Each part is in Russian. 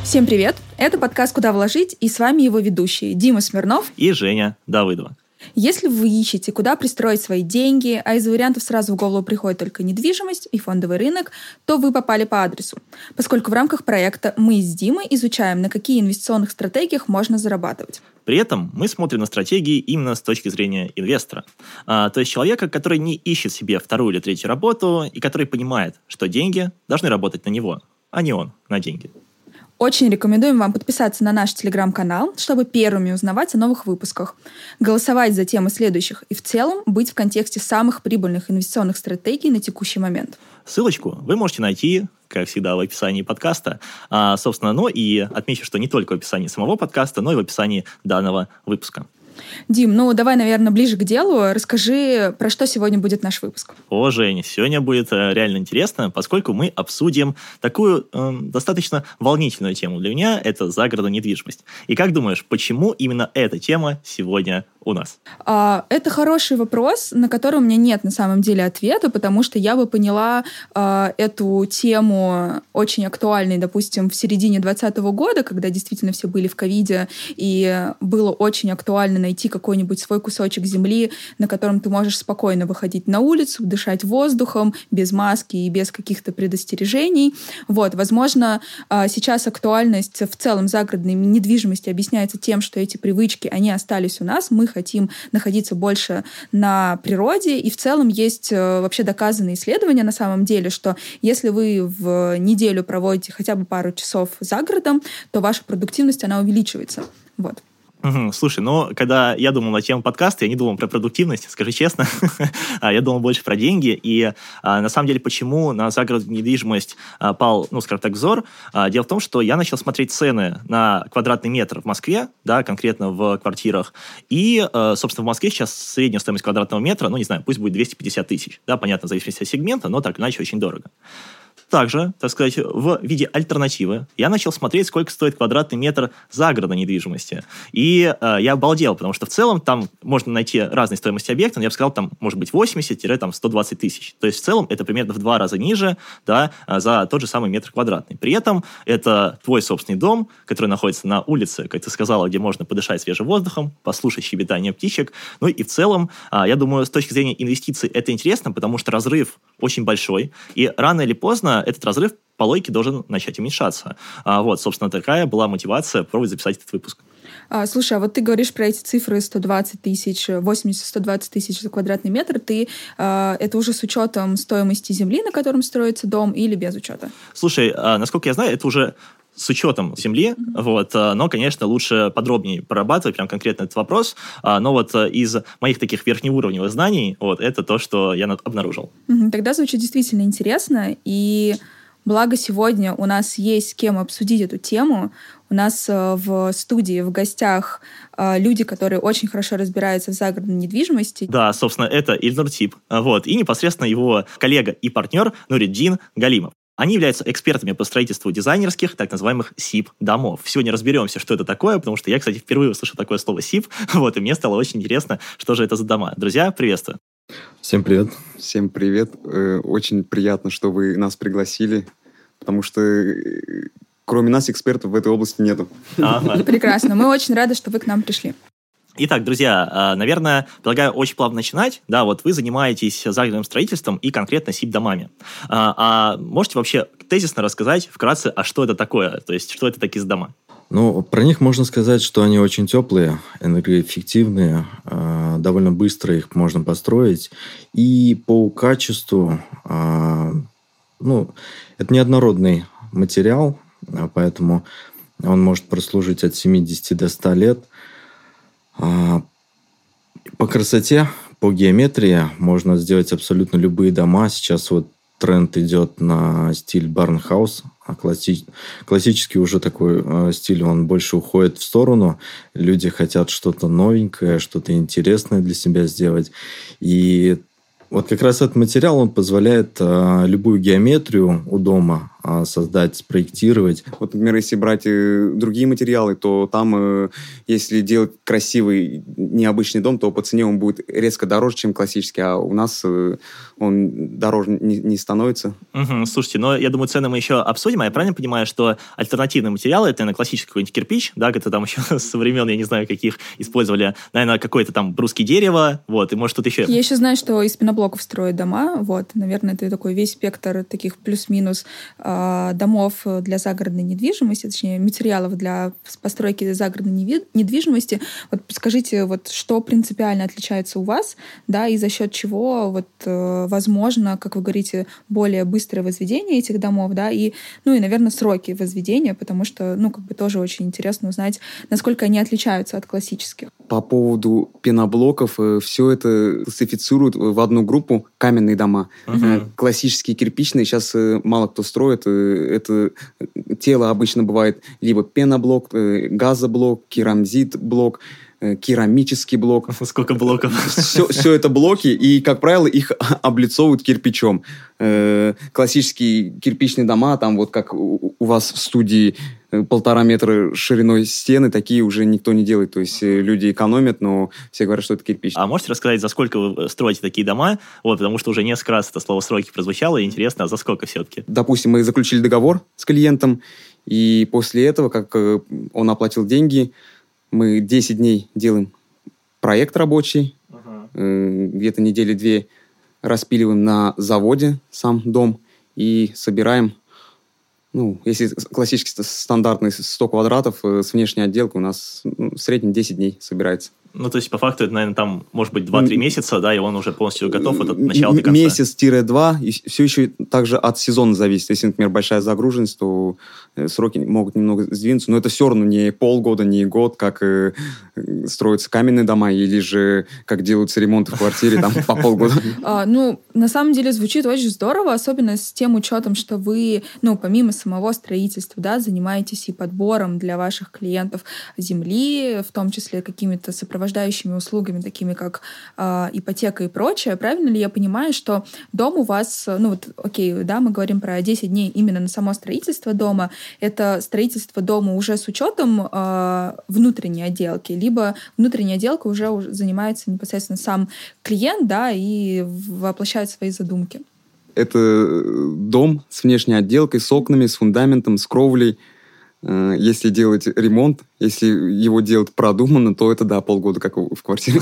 Всем привет! Это подкаст «Куда вложить?» и с вами его ведущие Дима Смирнов и Женя Давыдова. Если вы ищете, куда пристроить свои деньги, а из вариантов сразу в голову приходит только недвижимость и фондовый рынок, то вы попали по адресу, поскольку в рамках проекта мы с Димой изучаем, на каких инвестиционных стратегиях можно зарабатывать. При этом мы смотрим на стратегии именно с точки зрения инвестора. То есть человека, который не ищет себе вторую или третью работу и который понимает, что деньги должны работать на него, а не он на деньги. Очень рекомендуем вам подписаться на наш телеграм-канал, чтобы первыми узнавать о новых выпусках, голосовать за темы следующих и в целом быть в контексте самых прибыльных инвестиционных стратегий на текущий момент. Ссылочку вы можете найти, как всегда, в описании подкаста. Собственно, и отмечу, что не только в описании самого подкаста, но и в описании данного выпуска. Дим, давай, наверное, ближе к делу. Расскажи, про что сегодня будет наш выпуск. Жень, сегодня будет реально интересно, поскольку мы обсудим такую достаточно волнительную тему для меня, это загородная недвижимость. И как думаешь, почему именно эта тема сегодня у нас? Это хороший вопрос, на который у меня нет на самом деле ответа, потому что я бы поняла эту тему очень актуальной, допустим, в середине 2020 года, когда действительно все были в ковиде, и было очень актуально найти какой-нибудь свой кусочек земли, на котором ты можешь спокойно выходить на улицу, дышать воздухом, без маски и без каких-то предостережений. Возможно, сейчас актуальность в целом загородной недвижимости объясняется тем, что эти привычки, они остались у нас, мы хотим находиться больше на природе, и в целом есть вообще доказанные исследования на самом деле, что если вы в неделю проводите хотя бы пару часов за городом, то ваша продуктивность, она увеличивается. Слушай, когда я думал на тему подкаста, я не думал про продуктивность, скажи честно. Я думал больше про деньги. И на самом деле, почему на загородную недвижимость пал, скажем так, взор? Дело в том, что я начал смотреть цены на квадратный метр в Москве, да, конкретно в квартирах. И, собственно, в Москве сейчас средняя стоимость квадратного метра, пусть будет 250 тысяч. Да, понятно, в зависимости от сегмента, но так или иначе очень дорого. Также, так сказать, в виде альтернативы я начал смотреть, сколько стоит квадратный метр загородной недвижимости. И я обалдел, потому что в целом там можно найти разные стоимости объекта, но я бы сказал, там может быть 80-120 тысяч. То есть в целом это примерно в 2 раза ниже, да, за тот же самый метр квадратный. При этом это твой собственный дом, который находится на улице, как ты сказала, где можно подышать свежим воздухом, послушать щебетание птичек. И в целом, я думаю, с точки зрения инвестиций это интересно, потому что разрыв очень большой, и рано или поздно этот разрыв по логике должен начать уменьшаться. Собственно, такая была мотивация пробовать записать этот выпуск. Слушай, ты говоришь про эти цифры 120 тысяч, 80-120 тысяч за квадратный метр. Это уже с учетом стоимости земли, на котором строится дом, или без учета? Слушай, насколько я знаю, это уже с учетом земли, но, конечно, лучше подробнее прорабатывать прям конкретно этот вопрос, но из моих таких верхнеуровневых знаний, это то, что я обнаружил. Тогда звучит действительно интересно, и благо сегодня у нас есть с кем обсудить эту тему. У нас в студии, в гостях люди, которые очень хорошо разбираются в загородной недвижимости. Да, собственно, это Ильнур Тип, и непосредственно его коллега и партнер Нуриддин Галимов. Они являются экспертами по строительству дизайнерских, так называемых СИП-домов. Сегодня разберемся, что это такое, потому что я, кстати, впервые услышал такое слово СИП, и мне стало очень интересно, что же это за дома. Друзья, приветствую. Всем привет. Всем привет. Очень приятно, что вы нас пригласили, потому что кроме нас экспертов в этой области нету. Прекрасно. Мы очень рады, что вы к нам пришли. Итак, друзья, наверное, предлагаю очень плавно начинать. Да, вы занимаетесь загородным строительством и конкретно СИП-домами. Можете вообще тезисно рассказать вкратце, что это такое? То есть, что это такие за дома? Про них можно сказать, что они очень теплые, энергоэффективные, довольно быстро их можно построить. И по качеству, это неоднородный материал, поэтому он может прослужить от 70 до 100 лет. По красоте, по геометрии можно сделать абсолютно любые дома. Сейчас тренд идет на стиль барнхаус. Классический уже такой стиль, он больше уходит в сторону. Люди хотят что-то новенькое, что-то интересное для себя сделать. И как раз этот материал, он позволяет любую геометрию у дома создать, спроектировать. Вот, например, если брать другие материалы, то там, если делать красивый, необычный дом, то по цене он будет резко дороже, чем классический, а у нас он дороже не становится. Слушайте, но я думаю, цены мы еще обсудим, а я правильно понимаю, что альтернативные материалы, это, наверное, классический какой-нибудь кирпич, да, это там еще со времен, я не знаю, каких использовали, наверное, какое-то там брусские дерево, вот, и может тут еще... Я еще знаю, что из пеноблоков строят дома, вот, наверное, это такой весь спектр таких плюс-минус домов для загородной недвижимости, точнее, материалов для постройки загородной недвижимости. Вот скажите, вот что принципиально отличается у вас, да, и за счет чего вот возможно, как вы говорите, более быстрое возведение этих домов, да, и, ну, и, наверное, сроки возведения, потому что, ну, как бы тоже очень интересно узнать, насколько они отличаются от классических. По поводу пеноблоков, все это классифицируют в одну группу каменные дома. Классические кирпичные сейчас мало кто строит. Это тело обычно бывает либо пеноблок, газоблок, керамзит-блок, керамический блок. Сколько блоков? Все это блоки, и, как правило, их облицовывают кирпичом. Классические кирпичные дома, там вот как у вас в студии 1,5 метра шириной стены, такие уже никто не делает. То есть люди экономят, но все говорят, что это кирпич. А можете рассказать, за сколько вы строите такие дома? Вот, потому что уже несколько раз это слово «сроки» прозвучало, и интересно, а за сколько все-таки? Допустим, мы заключили договор с клиентом, и после этого, как он оплатил деньги, мы 10 дней делаем проект рабочий, где-то недели 2 распиливаем на заводе сам дом и собираем, ну, если классический стандартный 100 квадратов с внешней отделкой, у нас в среднем 10 дней собирается. Ну, то есть, по факту, это, наверное, там, может быть, 2-3 месяца, да, и он уже полностью готов от начала до конца. Месяц-2, и все еще также от сезона зависит. Если, например, большая загруженность, то сроки могут немного сдвинуться, но это все равно не полгода, не год, как строятся каменные дома, или же как делаются ремонты в квартире, там, по полгода. Ну, на самом деле, звучит очень здорово, особенно с тем учетом, что вы, ну, помимо самого строительства, да, занимаетесь и подбором для ваших клиентов земли, в том числе какими-то сопровождающими услугами, такими как ипотека и прочее. Правильно ли я понимаю, что дом у вас, ну вот, окей, да, мы говорим про 10 дней именно на само строительство дома, это строительство дома уже с учетом внутренней отделки, либо внутренняя отделка уже занимается непосредственно сам клиент, да, и воплощает свои задумки? Это дом с внешней отделкой, с окнами, с фундаментом, с кровлей. Если делать ремонт, если его делать продуманно, то это, да, полгода, как в квартире.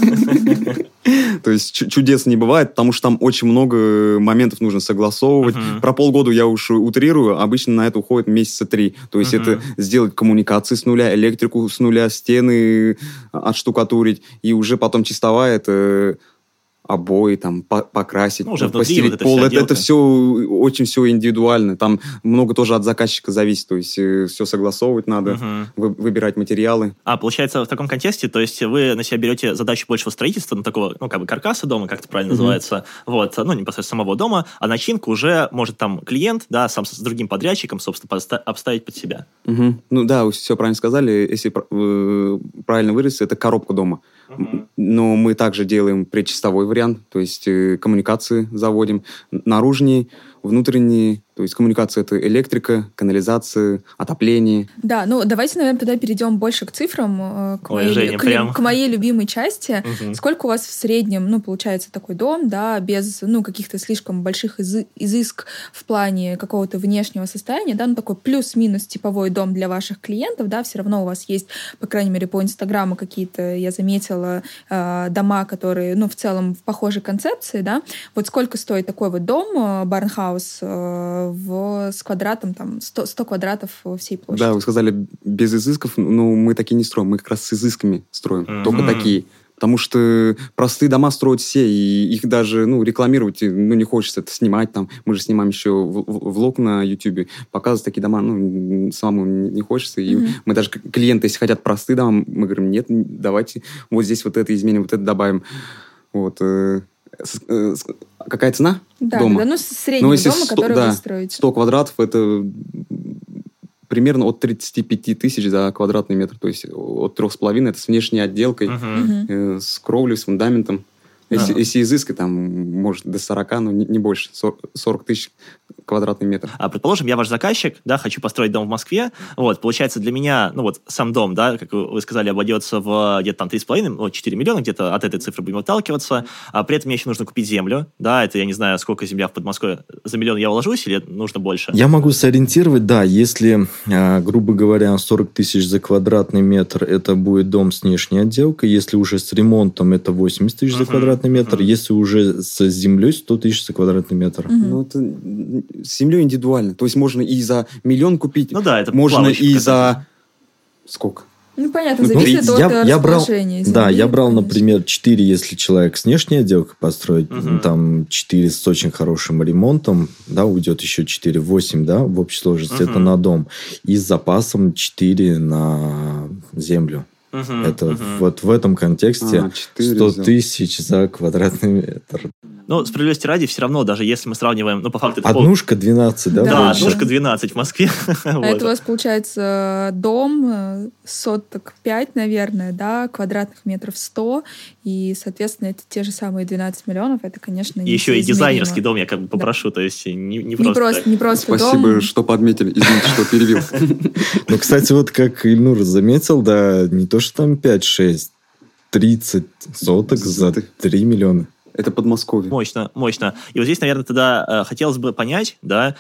То есть чудес не бывает, потому что там очень много моментов нужно согласовывать. Про полгода я уж утрирую, обычно на это уходит месяца 3. То есть это сделать коммуникации с нуля, электрику с нуля, стены отштукатурить, и уже потом чистовая это... обои, там, покрасить, уже постелить вот пол. Это все очень все индивидуально. Там много тоже от заказчика зависит. То есть все согласовывать надо, выбирать материалы. Получается, в таком контексте, то есть вы на себя берете задачу большего строительства, ну, такого, ну, как бы каркаса дома, как это правильно называется, вот, ну, непосредственно самого дома, а начинку уже может там клиент, да, сам с другим подрядчиком, собственно, обставить под себя. Ну, да, вы все правильно сказали. Если правильно выразиться, это коробка дома. Но мы также делаем предчистовой вариант, то есть коммуникации заводим, наружные, внутренние, то есть коммуникация — это электрика, канализация, отопление. Да, ну давайте, наверное, тогда перейдем больше к цифрам, к моей любимой части. Сколько у вас в среднем, ну, получается такой дом, да, без, ну, каких-то слишком больших изыск в плане какого-то внешнего состояния, да, ну, такой плюс-минус типовой дом для ваших клиентов, да, все равно у вас есть, по крайней мере, по Инстаграму какие-то, я заметила, дома, которые, ну, в целом в похожей концепции, да. Вот сколько стоит такой вот дом, барнхаус, с квадратом, там, 100 квадратов всей площади. Да, вы сказали, без изысков, ну, мы такие не строим, мы как раз с изысками строим, только такие. Потому что простые дома строят все, и их даже, ну, рекламировать, ну, не хочется это снимать, там, мы же снимаем еще влог на YouTube, показывать такие дома, ну, самому не хочется, и мы даже клиенты, если хотят простые дома, мы говорим, нет, давайте вот здесь вот это изменим, вот это добавим, вот. Какая цена дома? Да, ну, среднего дома, который вы строите. 100 квадратов, это примерно от 35 тысяч за квадратный метр, то есть от 3,5, это с внешней отделкой, с кровлей, с фундаментом. Если изыскать, там, может, до 40, но не больше, 40 тысяч квадратный метр. Предположим, я ваш заказчик, да, хочу построить дом в Москве. Вот, получается, для меня, сам дом, да, как вы сказали, обойдется в где-то там 3,5, 4 миллиона, где-то от этой цифры будем отталкиваться. А при этом мне еще нужно купить землю, да, это я не знаю, сколько земля в Подмосковье. За миллион я уложусь или нужно больше? Я могу сориентировать, да, если, грубо говоря, 40 тысяч за квадратный метр, это будет дом с внешней отделкой. Если уже с ремонтом, это 80 тысяч за квадратный метр. Если уже с землей, 100 тысяч за квадратный метр. Ну, это с землей индивидуально. То есть можно и за миллион купить, это можно и за... Сколько? Понятно, зависит от расположения. Я брал, например, 4, если человек с внешней отделкой построить, там 4 с очень хорошим ремонтом, да, уйдет еще 4, 8, да, в общей сложности, это на дом. И с запасом 4 на землю. Это вот в этом контексте 100 тысяч за квадратный метр. Но справедливости ради, все равно, даже если мы сравниваем, по факту... Однушка 12, да? Да, однушка 12 в Москве. Это у вас, получается, дом соток 5, наверное, да, квадратных метров 100, и, соответственно, это те же самые 12 миллионов, это, конечно, и еще и дизайнерский дом я как бы попрошу, то есть не просто дом. Спасибо, что подметили, извините, что перебил. Ну, кстати, вот как Ильнур заметил, да, не то, что там 5, 6, 30 соток за 3 миллиона. Это Подмосковье. Мощно. И вот здесь, наверное, тогда хотелось бы понять, да,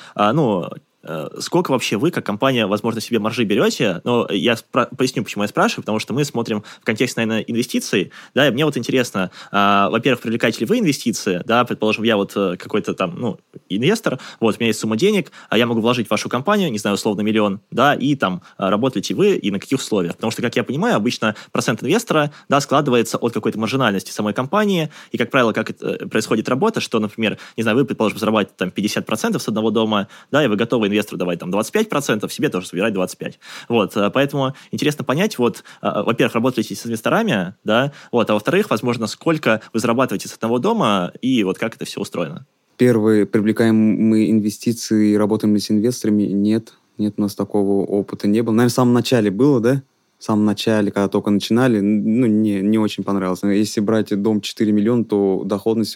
сколько вообще вы, как компания, возможно, себе маржи берете? Но я поясню, почему я спрашиваю, потому что мы смотрим в контексте, наверное, инвестиций, да, и мне вот интересно, во-первых, привлекаете ли вы инвестиции, да, предположим, я вот какой-то там, инвестор, вот, у меня есть сумма денег, а я могу вложить в вашу компанию, не знаю, условно, миллион, да, и там, работаете вы и на каких условиях? Потому что, как я понимаю, обычно процент инвестора, да, складывается от какой-то маржинальности самой компании, и, как правило, как это происходит работа, что, например, не знаю, вы, предположим, зарабатываете там 50% с одного дома, да, и вы готовы инвестору давать там 25%, себе тоже собирать 25%. Вот, поэтому интересно понять, вот, во-первых, работаете с инвесторами, да, вот, а во-вторых, возможно, сколько вы зарабатываете с одного дома и вот как это все устроено. Первое, привлекаем мы инвестиции, работаем ли с инвесторами? Нет, у нас такого опыта не было. Наверное, в самом начале было, да? В самом начале, когда только начинали, не очень понравилось. Если брать дом 4 миллиона, то доходность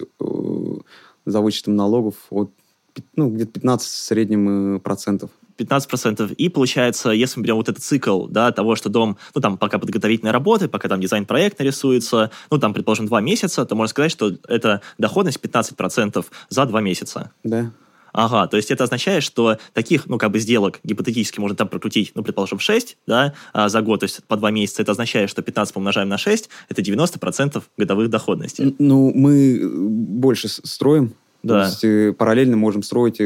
за вычетом налогов от где-то 15 в среднем процентов. 15%. И получается, если мы берем вот этот цикл, да, того, что дом, там, пока подготовительные работы, пока там дизайн-проект нарисуется, там, предположим, 2 месяца, то можно сказать, что это доходность 15% за 2 месяца. Да. Ага, то есть это означает, что таких, сделок гипотетически можно там прокрутить, предположим, 6, да, за год, то есть по 2 месяца. Это означает, что 15 помножаем на 6, это 90% годовых доходностей. Мы больше строим. Да. То есть параллельно можем строить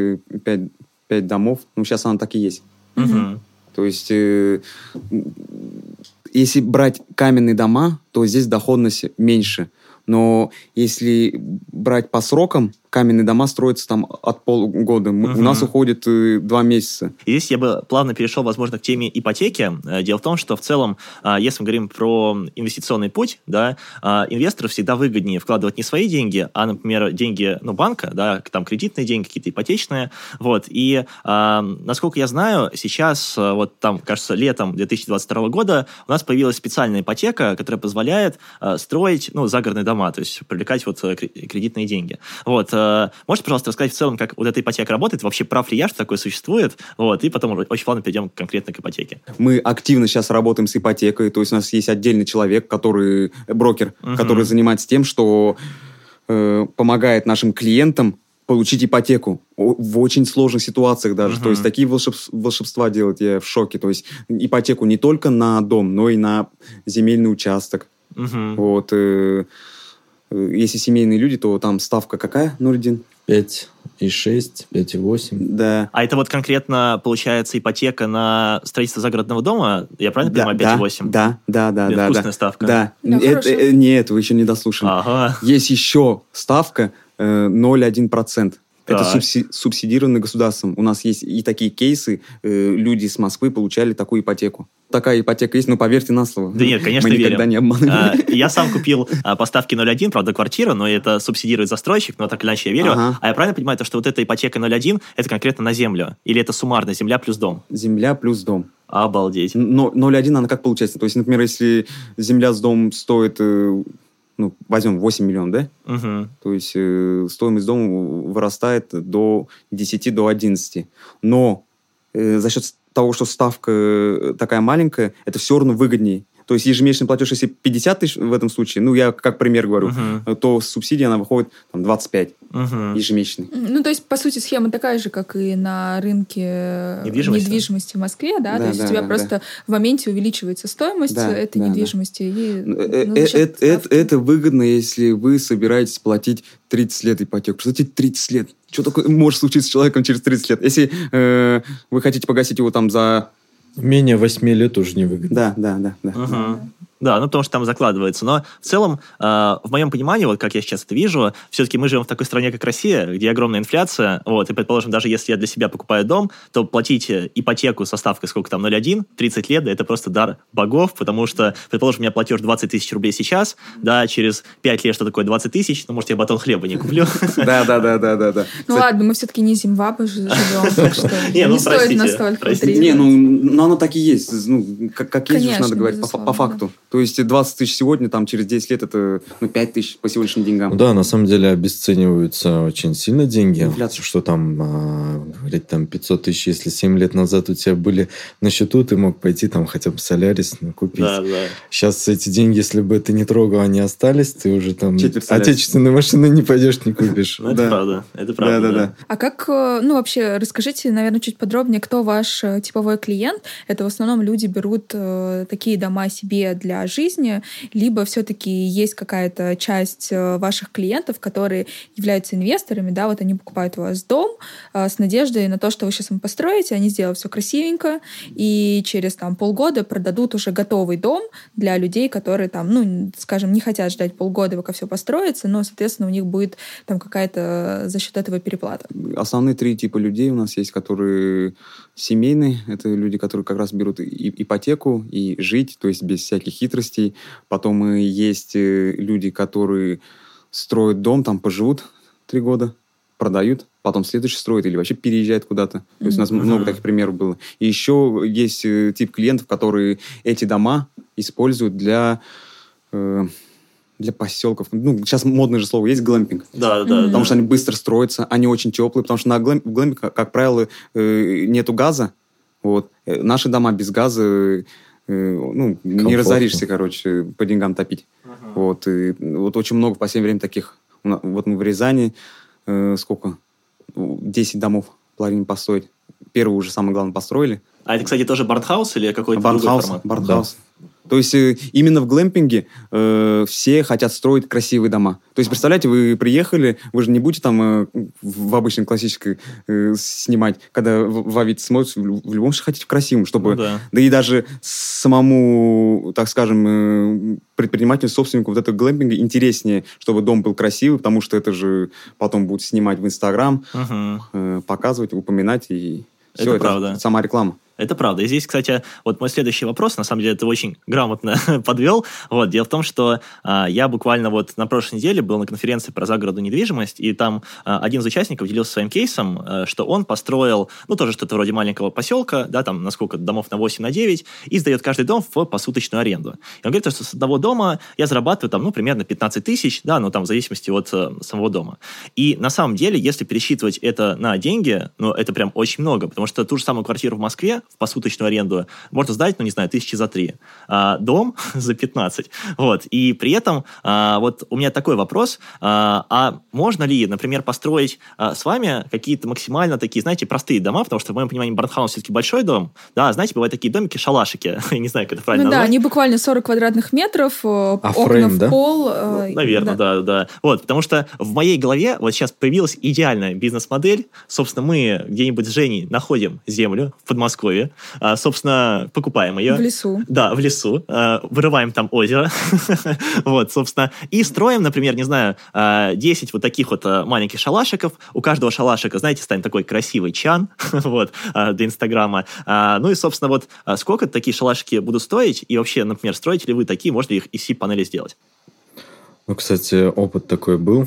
5 домов. Сейчас оно так и есть. Угу. То есть если брать каменные дома, то здесь доходность меньше. Но если брать по срокам, каменные дома строятся там от полгода. У нас уходит 2 месяца. И здесь я бы плавно перешел, возможно, к теме ипотеки. Дело в том, что в целом, если мы говорим про инвестиционный путь, да, инвестору всегда выгоднее вкладывать не свои деньги, а, например, деньги банка, да, там кредитные деньги, какие-то ипотечные. Вот. И, насколько я знаю, сейчас, кажется, летом 2022 года у нас появилась специальная ипотека, которая позволяет строить загородные дома, то есть привлекать кредитные деньги. Вот. Можете, пожалуйста, рассказать в целом, как вот эта ипотека работает, вообще прав ли я, что такое существует, вот, и потом очень плавно перейдем конкретно к ипотеке. Мы активно сейчас работаем с ипотекой, то есть у нас есть отдельный человек, брокер, который занимается тем, что помогает нашим клиентам получить ипотеку в очень сложных ситуациях даже. То есть такие волшебства делать, я в шоке. То есть ипотеку не только на дом, но и на земельный участок. Вот. Если семейные люди, то там ставка какая, Нуридин? 5,6, 5,8. Да. А это вот конкретно, получается, ипотека на строительство загородного дома? Я правильно понимаю, 5,8? Да. Вкусная ставка. Да. Нет, вы еще не дослушали. Ага. Есть еще ставка 0,1%. Это субсидировано государством. У нас есть и такие кейсы. Люди с Москвы получали такую ипотеку. Такая ипотека есть, но поверьте на слово. Да нет, конечно, мы верим. никогда не обманываем. Я сам купил по ставке 0,1, правда, квартиру, но это субсидирует застройщик, но так или иначе я верю. А я правильно понимаю, что вот эта ипотека 0,1 это конкретно на землю? Или это суммарно земля плюс дом? Земля плюс дом. Обалдеть. Но 0,1 она как получается? То есть, например, если земля с домом стоит ну, возьмем 8 миллионов, да? То есть стоимость дома вырастает до 10, до 11. Но за счет того, что ставка такая маленькая, это все равно выгоднее. То есть ежемесячный платеж, если 50 тысяч в этом случае, ну, я как пример говорю, то субсидия, она выходит там, 25 ежемесячный. Ну, то есть, по сути, схема такая же, как и на рынке недвижимости в Москве, да? То есть у тебя просто в моменте увеличивается стоимость этой недвижимости. Это выгодно, если вы собираетесь платить 30 лет ипотеку. Представляете, 30 лет. Что такое может случиться с человеком через 30 лет? Если вы хотите погасить его там за... Менее 8 лет уже не выгодно. Да. Да, ну потому что там закладывается. Но в целом, в моем понимании, вот как я сейчас это вижу, все-таки мы живем в такой стране, как Россия, где огромная инфляция. Вот, и, предположим, даже если я для себя покупаю дом, то платить ипотеку со ставкой сколько там, 0,1, 30 лет, да, это просто дар богов, потому что, предположим, у меня платеж 20 тысяч рублей сейчас, да, через 5 лет что такое 20 тысяч, ну, может, я батон хлеба не куплю. Да. Ну ладно, мы все-таки не Зимбабве живем, так что не стоит настолько утрировать. Не, ну оно так и есть. Ну, как есть, уж надо говорить по факту. То есть 20 тысяч сегодня, там через 10 лет это 5 тысяч по сегодняшним деньгам. Да, на самом деле обесцениваются очень сильно деньги. Инфляция. Что там, говорить, там 500 тысяч, если 7 лет назад у тебя были на счету, ты мог пойти там хотя бы Солярис купить. Да. Сейчас эти деньги, если бы ты не трогал, они остались, ты уже там отечественную машину не пойдешь, не купишь. Ну, это правда. Да. А как, ну, вообще, расскажите, наверное, чуть подробнее, кто ваш типовой клиент? Это в основном люди берут такие дома себе для жизни, либо все-таки есть какая-то часть ваших клиентов, которые являются инвесторами, да, вот они покупают у вас дом с надеждой на то, что вы сейчас им построите, они сделают все красивенько, и через там полгода продадут уже готовый дом для людей, которые там, ну, скажем, не хотят ждать полгода, пока все построится, но, соответственно, у них будет там какая-то за счет этого переплата. Основные 3 типа людей у нас есть, которые семейные, это люди, которые как раз берут ипотеку и жить, то есть без всяких хитростей. Потом есть люди, которые строят дом, там поживут 3 года, продают, потом следующий строят или вообще переезжают куда-то. То есть у нас много таких примеров было. И еще есть тип клиентов, которые эти дома используют для поселков. Ну, сейчас модное же слово есть глэмпинг. Да. Потому что они быстро строятся, они очень теплые, потому что в глэмпинге, как правило, нету газа. Вот. Наши дома без газа, не разоришься, короче, по деньгам топить. Вот. И вот очень много в последнее время таких. Вот мы в Рязани, 10 домов планируем построить. Первый уже, самое главное, построили. А это, кстати, тоже барнхаус или какой-то другой формат? Барнхаус. То есть именно в глэмпинге все хотят строить красивые дома. То есть, представляете, вы приехали, вы же не будете там в обычной классической снимать, когда в Авито смотрите, в любом случае хотите красивым, чтобы... Да и даже самому, так скажем, предпринимателю, собственнику вот этого глэмпинга интереснее, чтобы дом был красивый, потому что это же потом будут снимать в Инстаграм, показывать, упоминать, и все, это правда. Сама реклама. Это правда. И здесь, кстати, вот мой следующий вопрос, на самом деле, ты очень грамотно подвел. Вот, дело в том, что я буквально вот на прошлой неделе был на конференции про загородную недвижимость, и там один из участников делился своим кейсом, что он построил, ну, тоже что-то вроде маленького поселка, да, там, на сколько, домов на 8, на 9, и сдает каждый дом в посуточную аренду. И он говорит, что с одного дома я зарабатываю там, ну, примерно 15 тысяч, да, ну, там, в зависимости от самого дома. И на самом деле, если пересчитывать это на деньги, ну, это прям очень много, потому что ту же самую квартиру в Москве в посуточную аренду можно сдать, ну, не знаю, 1000 за 3. Дом за 15. Вот. И при этом вот у меня такой вопрос. А можно ли, например, построить с вами какие-то максимально такие, знаете, простые дома, потому что, в моем понимании, барнхаус все-таки большой дом. Да, знаете, бывают такие домики, шалашики. Я не знаю, как это правильно назвать. Да, они буквально 40 квадратных метров, окна фрейм, в да? пол. Наверное, да. Вот, потому что в моей голове вот сейчас появилась идеальная бизнес-модель. Собственно, мы где-нибудь с Женей находим землю в Подмосковье, собственно, покупаем ее. В лесу. Да, в лесу. Вырываем там озеро. Вот, собственно. И строим, например, не знаю, 10 вот таких вот маленьких шалашиков. У каждого шалашика, знаете, станет такой красивый чан вот, для Инстаграма. Ну и, собственно, вот сколько такие шалашики будут стоить? И вообще, например, строите ли вы такие? Можно ли их из СИП-панели сделать? Ну, кстати, опыт такой был.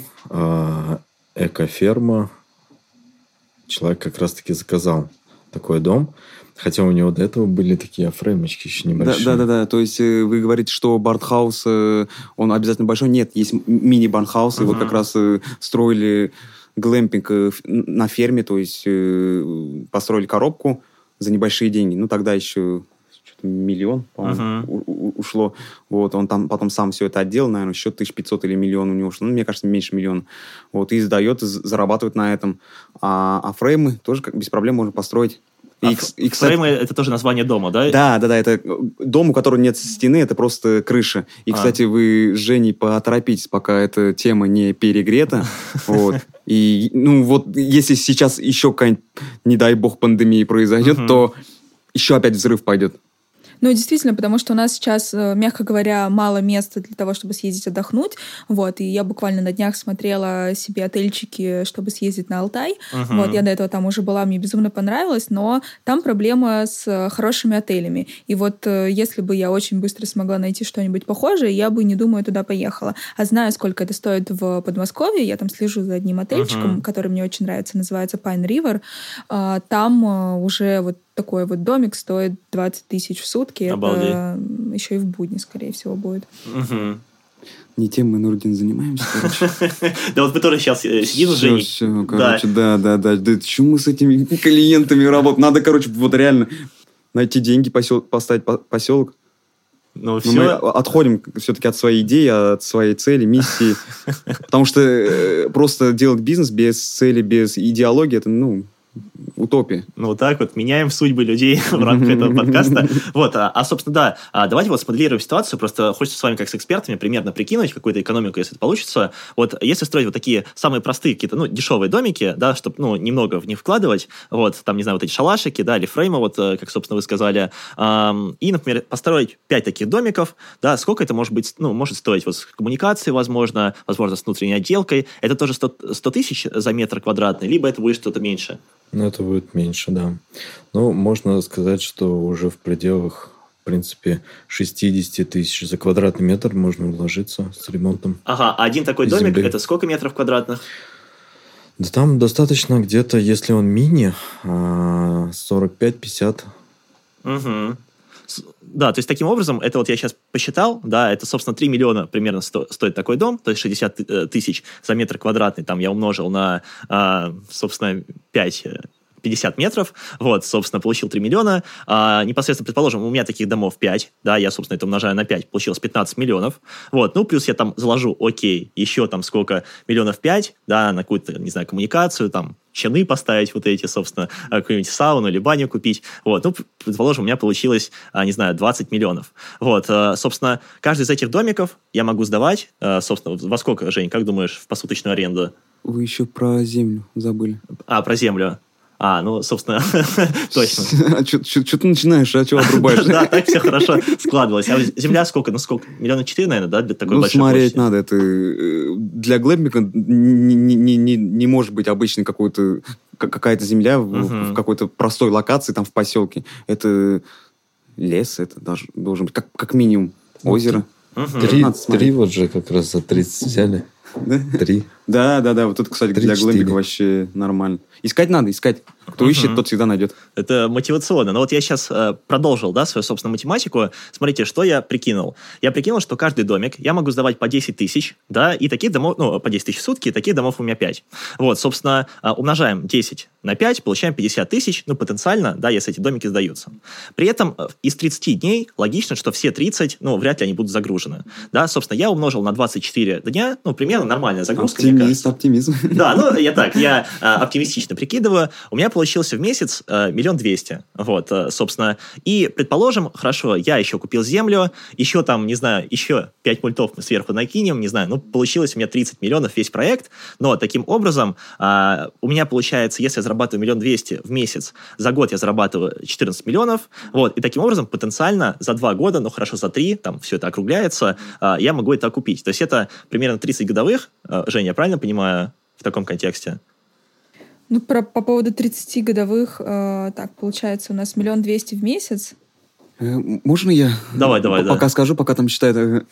Экоферма. Человек как раз-таки заказал такой дом. Хотя у него до этого были такие фреймочки еще небольшие. Да. То есть вы говорите, что барнхаус, он обязательно большой? Нет, есть мини-барнхаус, и вот как раз строили глэмпинг на ферме, то есть построили коробку за небольшие деньги. Ну, тогда еще что-то 1 миллион, по-моему, ушло. Вот, он там потом сам все это отделал, наверное, еще 1500 или 1 миллион у него ушло. Ну, мне кажется, меньше 1 миллиона. Вот, и сдает, зарабатывает на этом. А фреймы тоже без проблем можно построить. И, кстати, фреймы — это тоже название дома, да? Да, это дом, у которого нет стены, это просто крыша. И, кстати, вы с Женей поторопитесь, пока эта тема не перегрета. Вот. И, ну, вот, если сейчас еще какая-нибудь, не дай бог, пандемия произойдет, то еще опять взрыв пойдет. Ну, действительно, потому что у нас сейчас, мягко говоря, мало места для того, чтобы съездить отдохнуть. Вот, и я буквально на днях смотрела себе отельчики, чтобы съездить на Алтай. Вот, я до этого там уже была, мне безумно понравилось, но там проблема с хорошими отелями. И вот если бы я очень быстро смогла найти что-нибудь похожее, я бы, не думаю, туда поехала. А знаю, сколько это стоит в Подмосковье, я там слежу за одним отельчиком, который мне очень нравится, называется Pine River. Там уже вот такой вот домик стоит 20 тысяч в сутки. Обалдеть. Это еще и в будни, скорее всего, будет. Не тем мы, Нурдин, занимаемся, короче. Да вот мы тоже сейчас сидим с Женей. Все, короче, да. Да почему мы с этими клиентами работаем? Надо, короче, вот реально найти деньги, поставить поселок. Ну, все. Мы отходим все-таки от своей идеи, от своей цели, миссии. Потому что просто делать бизнес без цели, без идеологии, это, ну, утопия. Ну, вот так вот меняем судьбы людей в рамках этого подкаста. Вот, собственно, да, давайте вот смоделируем ситуацию, просто хочется с вами как с экспертами примерно прикинуть какую-то экономику, если это получится. Вот, если строить вот такие самые простые какие-то, ну, дешевые домики, да, чтобы, ну, немного в них вкладывать, вот, там, не знаю, вот эти шалашики, да, или фреймы, вот, как, собственно, вы сказали, и, например, построить 5 таких домиков, да, сколько это может быть, ну, может стоить вот с коммуникацией, возможно, с внутренней отделкой, это тоже 100 тысяч за метр квадратный, либо это будет что-то меньше? Ну, это будет меньше, да. Ну, можно сказать, что уже в пределах, в принципе, 60 тысяч за квадратный метр можно вложиться с ремонтом. Ага, а один такой домик, это сколько метров квадратных? Да там достаточно где-то, если он мини, 45-50. Угу. Да, то есть таким образом, это вот я сейчас посчитал, да, это, собственно, 3 миллиона примерно стоит такой дом, то есть 60 тысяч за метр квадратный, там я умножил на, собственно, 50 метров, вот, собственно, получил 3 миллиона. Непосредственно, предположим, у меня таких домов 5, да, я, собственно, это умножаю на 5, получилось 15 миллионов, вот, ну, плюс я там заложу, окей, еще там сколько, миллионов 5, да, на какую-то, не знаю, коммуникацию, там, чаны поставить вот эти, собственно, какую-нибудь сауну или баню купить, вот, ну, предположим, у меня получилось, не знаю, 20 миллионов, вот, собственно, каждый из этих домиков я могу сдавать, собственно, во сколько, Жень, как думаешь, в посуточную аренду? Вы еще про землю забыли. Про землю. Ну, собственно, точно. Что ты начинаешь, а чего отрубаешь? Да, так все хорошо складывалось. А земля сколько? Ну, сколько? 4 миллиона, наверное, да, для такой большой площади? Ну, смотреть надо. Это для глэмпинга не может быть обычной какая-то земля в какой-то простой локации, там, в поселке. Это лес, это должен быть как минимум озеро. 3 вот же как раз за 30 взяли. Да? 3. Да. Вот это, кстати, для глэмпинга вообще нормально. Искать надо, искать. Кто ищет, тот всегда найдет. Это мотивационно. Но вот я сейчас продолжил, да, свою собственную математику. Смотрите, что я прикинул. Я прикинул, что каждый домик я могу сдавать по 10 тысяч, да, и таких домов, ну, по 10 тысяч в сутки, и таких домов у меня 5. Вот, собственно, умножаем 10 на 5, получаем 50 тысяч, ну, потенциально, да, если эти домики сдаются. При этом из 30 дней логично, что все 30, ну, вряд ли они будут загружены. Да, собственно, я умножил на 24 дня, ну, примерно нормальная загрузка. Оптимизм. Да, ну, я оптимистично прикидываю. У меня получился в месяц 1 200 000. Вот, собственно. И, предположим, хорошо, я еще купил землю, еще там, не знаю, еще 5 мультов мы сверху накинем, не знаю, ну, получилось у меня 30 миллионов весь проект, но таким образом у меня получается, если я зарабатываю 1 200 000 в месяц, за год я зарабатываю 14 миллионов, вот, и таким образом потенциально за 2 года, ну, хорошо, за 3, там все это округляется, я могу это окупить. То есть это примерно 30 годовых, Женя, я правильно понимаю в таком контексте? Ну, по поводу 30 годовых, так, получается, у нас 1 200 000 в месяц. Можно я? Давай. Пока скажу, пока там считают.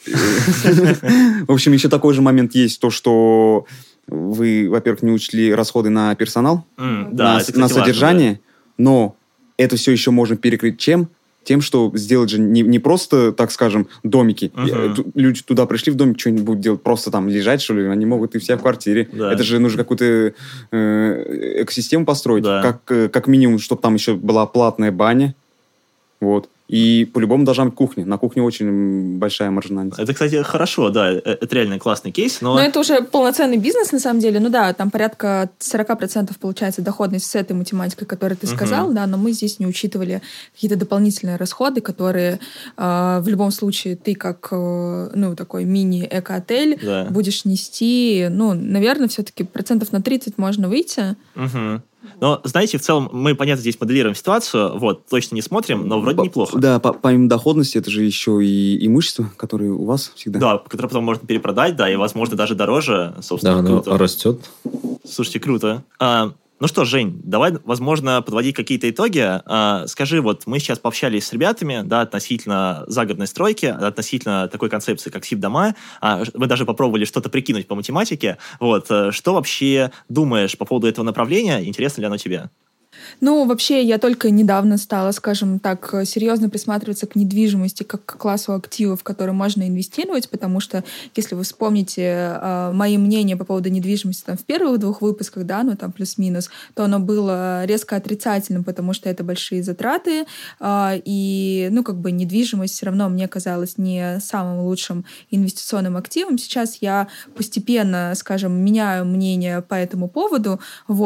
В общем, еще такой же момент есть, то, что вы, во-первых, не учли расходы на персонал, на содержание, но это все еще можно перекрыть чем? Тем, что сделать же не просто, так скажем, домики. Люди туда пришли в домик, что-нибудь будут делать, просто там лежать, что ли, они могут и все в квартире. Да. Это же нужно какую-то экосистему построить, Да. как минимум, чтобы там еще была платная баня. Вот. И по-любому должна быть кухня. На кухне очень большая маржинальность. Это, кстати, хорошо, да, это реально классный кейс, но... Но это уже полноценный бизнес, на самом деле. Ну да, там порядка 40% получается доходность с этой математикой, которую ты сказал, да, но мы здесь не учитывали какие-то дополнительные расходы, которые в любом случае ты как, такой мини-эко-отель будешь нести, наверное, все-таки процентов на 30 можно выйти. Но, знаете, в целом, мы, понятно, здесь моделируем ситуацию, точно не смотрим, но вроде неплохо. Да, помимо доходности, это же еще и имущество, которое у вас всегда. Да, которое потом можно перепродать, да, и, возможно, даже дороже, собственно, да, круто. Оно растет. Слушайте, круто. Ну что, Жень, давай, возможно, подводить какие-то итоги. Скажи, мы сейчас пообщались с ребятами, да, относительно загородной стройки, относительно такой концепции, как СИП-дома. Мы даже попробовали что-то прикинуть по математике. Что вообще думаешь по поводу этого направления? Интересно ли оно тебе? Вообще, я только недавно стала, скажем так, серьезно присматриваться к недвижимости как к классу активов, в которые можно инвестировать, потому что, если вы вспомните мои мнения по поводу недвижимости в первых 2 выпусках, да, плюс-минус, то оно было резко отрицательным, потому что это большие затраты, и, недвижимость все равно мне казалась не самым лучшим инвестиционным активом. Сейчас я постепенно, скажем, меняю мнение по этому поводу,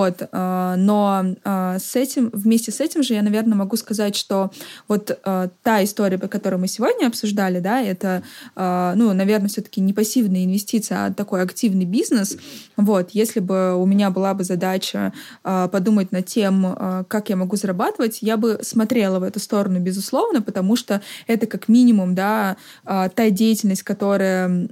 но вместе с этим же я, наверное, могу сказать, что та история, по которой мы сегодня обсуждали, да, это, наверное, все-таки не пассивная инвестиция, а такой активный бизнес. Если бы у меня была бы задача подумать над тем, как я могу зарабатывать, я бы смотрела в эту сторону, безусловно, потому что это как минимум, да, та деятельность, которая...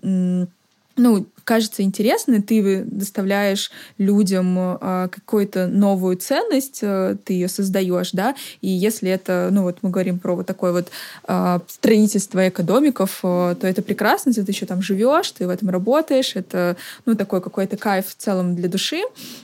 кажется интересной, ты доставляешь людям какую-то новую ценность, ты ее создаешь, да, и если это, мы говорим про такое строительство экодомиков, то это прекрасно, если ты еще там живешь, ты в этом работаешь, это, такой какой-то кайф в целом для души,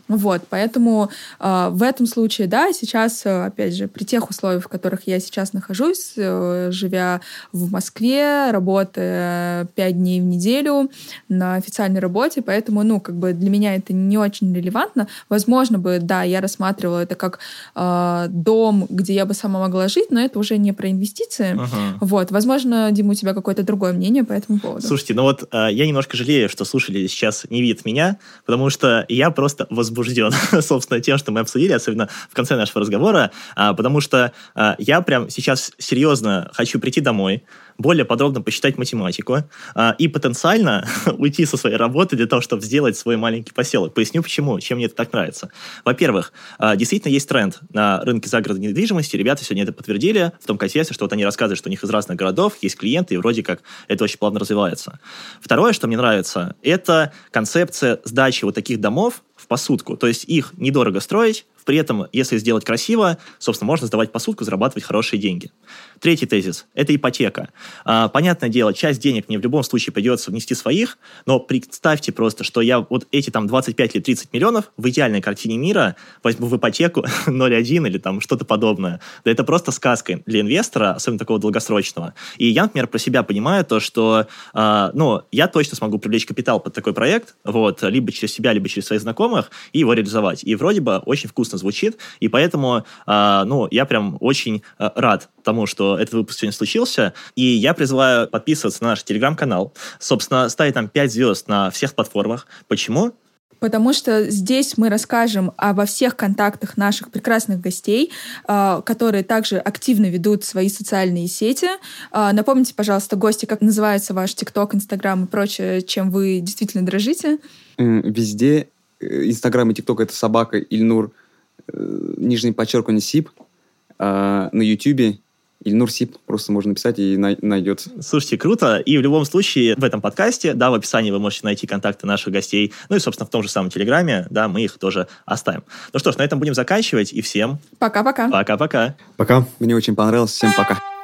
поэтому в этом случае, да, сейчас, опять же, при тех условиях, в которых я сейчас нахожусь, живя в Москве, работая 5 дней в неделю на официальной работе, поэтому, для меня это не очень релевантно. Возможно бы, да, я рассматривала это как дом, где я бы сама могла жить, но это уже не про инвестиции. Возможно, Дима, у тебя какое-то другое мнение по этому поводу. Слушайте, я немножко жалею, что слушатели сейчас не видят меня, потому что я просто возбужден, собственно, тем, что мы обсудили, особенно в конце нашего разговора, потому что я прям сейчас серьезно хочу прийти домой, более подробно посчитать математику и потенциально уйти со своей работы для того, чтобы сделать свой маленький поселок. Поясню, почему, чем мне это так нравится. Во-первых, действительно есть тренд на рынке загородной недвижимости. Ребята сегодня это подтвердили в том контексте, что они рассказывают, что у них из разных городов есть клиенты, и вроде как это очень плавно развивается. Второе, что мне нравится, это концепция сдачи таких домов в посудку. То есть их недорого строить, при этом, если сделать красиво, собственно, можно сдавать посудку, зарабатывать хорошие деньги. Третий тезис – это ипотека. Понятное дело, часть денег мне в любом случае придется внести своих, но представьте просто, что я эти 25 или 30 миллионов в идеальной картине мира возьму в ипотеку 0,1 или что-то подобное. Да это просто сказка для инвестора, особенно такого долгосрочного. И я, например, про себя понимаю то, что я точно смогу привлечь капитал под такой проект, либо через себя, либо через своих знакомых, и его реализовать. И вроде бы очень вкусно звучит, и поэтому я прям очень рад тому, что этот выпуск сегодня случился, и я призываю подписываться на наш телеграм-канал, собственно, ставить там 5 звезд на всех платформах. Почему? Потому что здесь мы расскажем обо всех контактах наших прекрасных гостей, которые также активно ведут свои социальные сети. Напомните, пожалуйста, гости, как называется ваш ТикТок, Инстаграм и прочее, чем вы действительно дрожите. Везде Инстаграм и ТикТок — это собака Ильнур _СИП. На Ютубе Ильнур СИП просто можно написать и найдется. Слушайте, круто. И в любом случае в этом подкасте, да, в описании вы можете найти контакты наших гостей. И, собственно, в том же самом Телеграме, да, мы их тоже оставим. Ну что ж, на этом будем заканчивать. И всем пока-пока. Пока-пока. Пока. Мне очень понравилось. Всем пока.